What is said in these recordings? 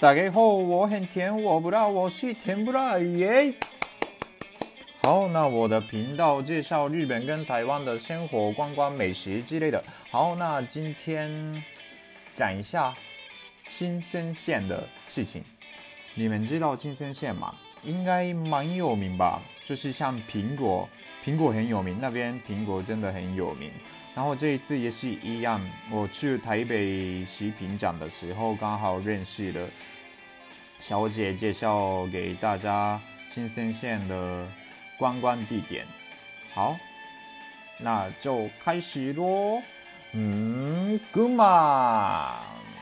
大家好，我很甜，我不辣，我是甜不辣耶。好，那我的频道介绍日本跟台湾的生活、观光、美食之类的。好，那今天讲一下青森县的事情。你们知道青森县吗？应该蛮有名吧？就是像苹果很有名，那边苹果真的很有名。然后这一次也是一样，我去台北食品展的时候，刚好认识了小姐，介绍给大家青森县的观光地点。好，那就开始咯。群馬。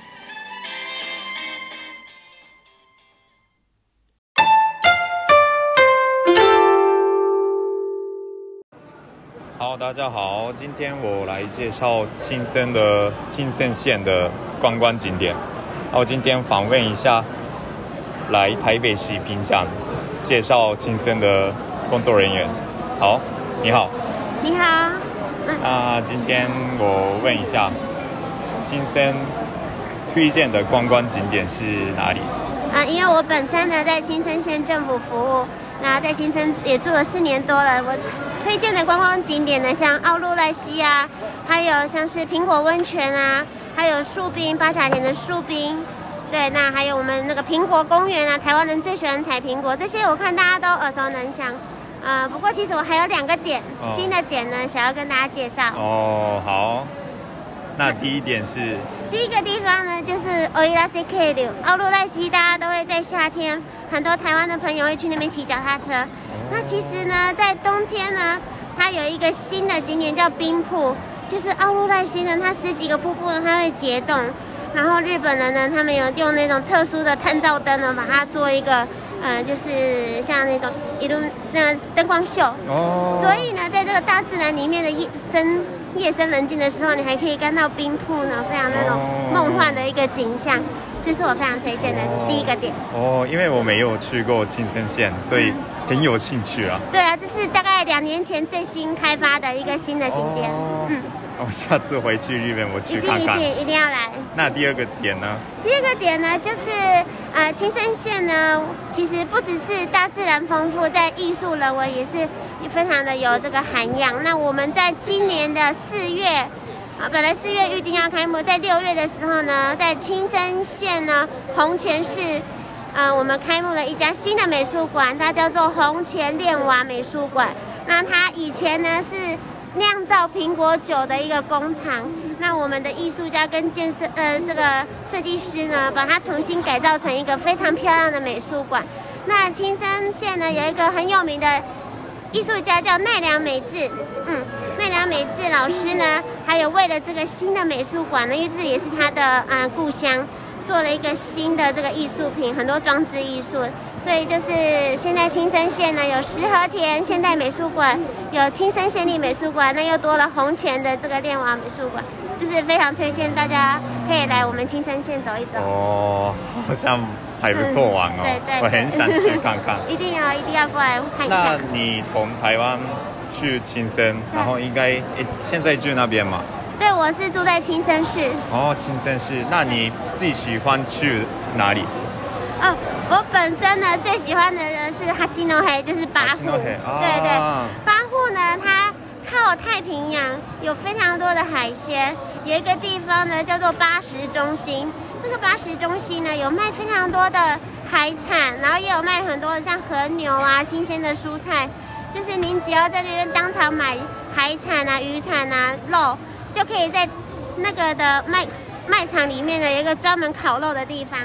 好，大家好，今天我来介绍青森县的观光景点。我今天访问一下来台北食品展介绍青森的工作人员。好，你好。 你好。 今天我问一下，青森推荐的观光景点是哪里？ 因为我本身呢在青森县政府服务，那在青森也住了4年多了。我推荐的观光景点呢，像奥入濑溪啊，还有像是苹果温泉啊，还有树冰八甲田的树冰，对，那还有我们那个苹果公园啊，台湾人最喜欢采苹果，这些我看大家都耳熟能详。不过其实我还有2个点，新的点呢，想要跟大家介绍。 好，那第一点是第一个地方呢，就是奥入瀬渓流，奥入濑溪，大家都会在夏天，很多台湾的朋友会去那边骑脚踏车。那其实呢，在冬天呢，它有一个新的景点叫冰瀑，就是奥入濑溪呢，它10几个瀑布呢，它会结冻，然后日本人呢，他们有用那种特殊的探照灯呢，把它做一个就是像那种灯光秀。所以呢，在这个大自然里面的夜深人静的时候，你还可以看到冰瀑呢，非常那种梦幻的一个景象。这是我非常推荐的第一个点。 因为我没有去过青森县，所以很有兴趣啊。 对啊，这是大概2年前最新开发的一个新的景点。 我下次回去日本我去看看。 一定要来。那第二个点呢？ 第二个点呢，就是青森县呢，其实不只是大自然丰富，在艺术人文也是非常的有这个涵养。那我们在今年的4月。本来4月预定要开幕，在6月的时候呢，在青森县呢弘前市，我们开幕了一家新的美术馆，它叫做弘前炼瓦美术馆。那它以前呢是酿造苹果酒的一个工厂，那我们的艺术家跟这个设计师呢，把它重新改造成一个非常漂亮的美术馆。那青森县呢有一个很有名的艺术家叫奈良美智，奈良美智老师呢，还有为了这个新的美术馆呢，因为这也是他的故乡，做了一个新的这个艺术品，很多装置艺术。所以就是现在青森县呢有石和田现代美术馆，有青森县立美术馆，那又多了弘前的这个炼瓦美术馆，就是非常推荐大家可以来我们青森县走一走。 好像还不错玩哦。对，我很想去看看。一定要过来看一下。 那你从台湾去青森，然后应该现在住那边吗？ 对，我是住在青森市。 青森市，那你自己喜欢去哪里？ 我本身呢最喜欢的呢是哈基诺黑，就是八户。对，八户呢它靠太平洋，有非常多的海鲜。有一个地方呢叫做八食中心，那个八食中心呢有卖非常多的海产，然后也有卖很多的像和牛啊、新鲜的蔬菜。就是您只要在那边当场买海产啊、渔产啊、肉，就可以在那个的卖场里面呢有一个专门烤肉的地方，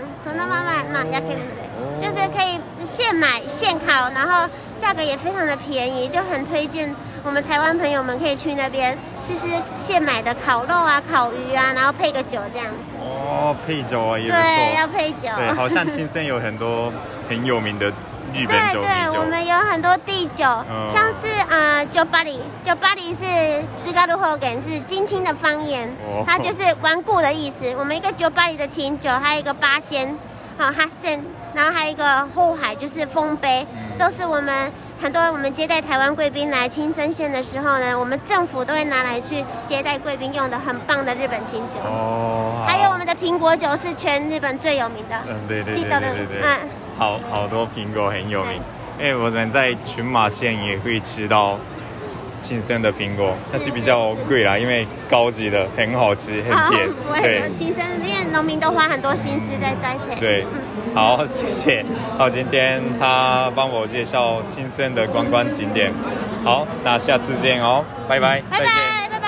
就是可以现买现烤，然后价格也非常的便宜，就很推荐我们台湾朋友们可以去那边吃现买的烤肉啊、烤鱼啊，然后配个酒这样子。 配酒啊也不错。 对，要配酒。 对，好像青森有很多很有名的日本酒。 对，我们有很多地酒，像是酒巴里是滋賀方言，是金青的方言，它就是顽固的意思。我们一个酒巴里的清酒，还有一个八仙，哈森，然后还有一个后海，就是丰杯，都是我们很多我们接待台湾贵宾来青森县的时候呢，我们政府都会拿来去接待贵宾用的很棒的日本清酒。 哦， 还有我们的苹果酒是全日本最有名的。 对， 嗯， 好多苹果很有名。我们在群马县也会吃到青森的苹果，但是比较贵啦，因为高级的很好吃，很甜。 对，青森因为农民都花很多心思在栽培。 对，好，谢谢。好，今天他帮我介绍青森的观光景点。好，那下次见哦，拜拜， 拜拜，拜拜。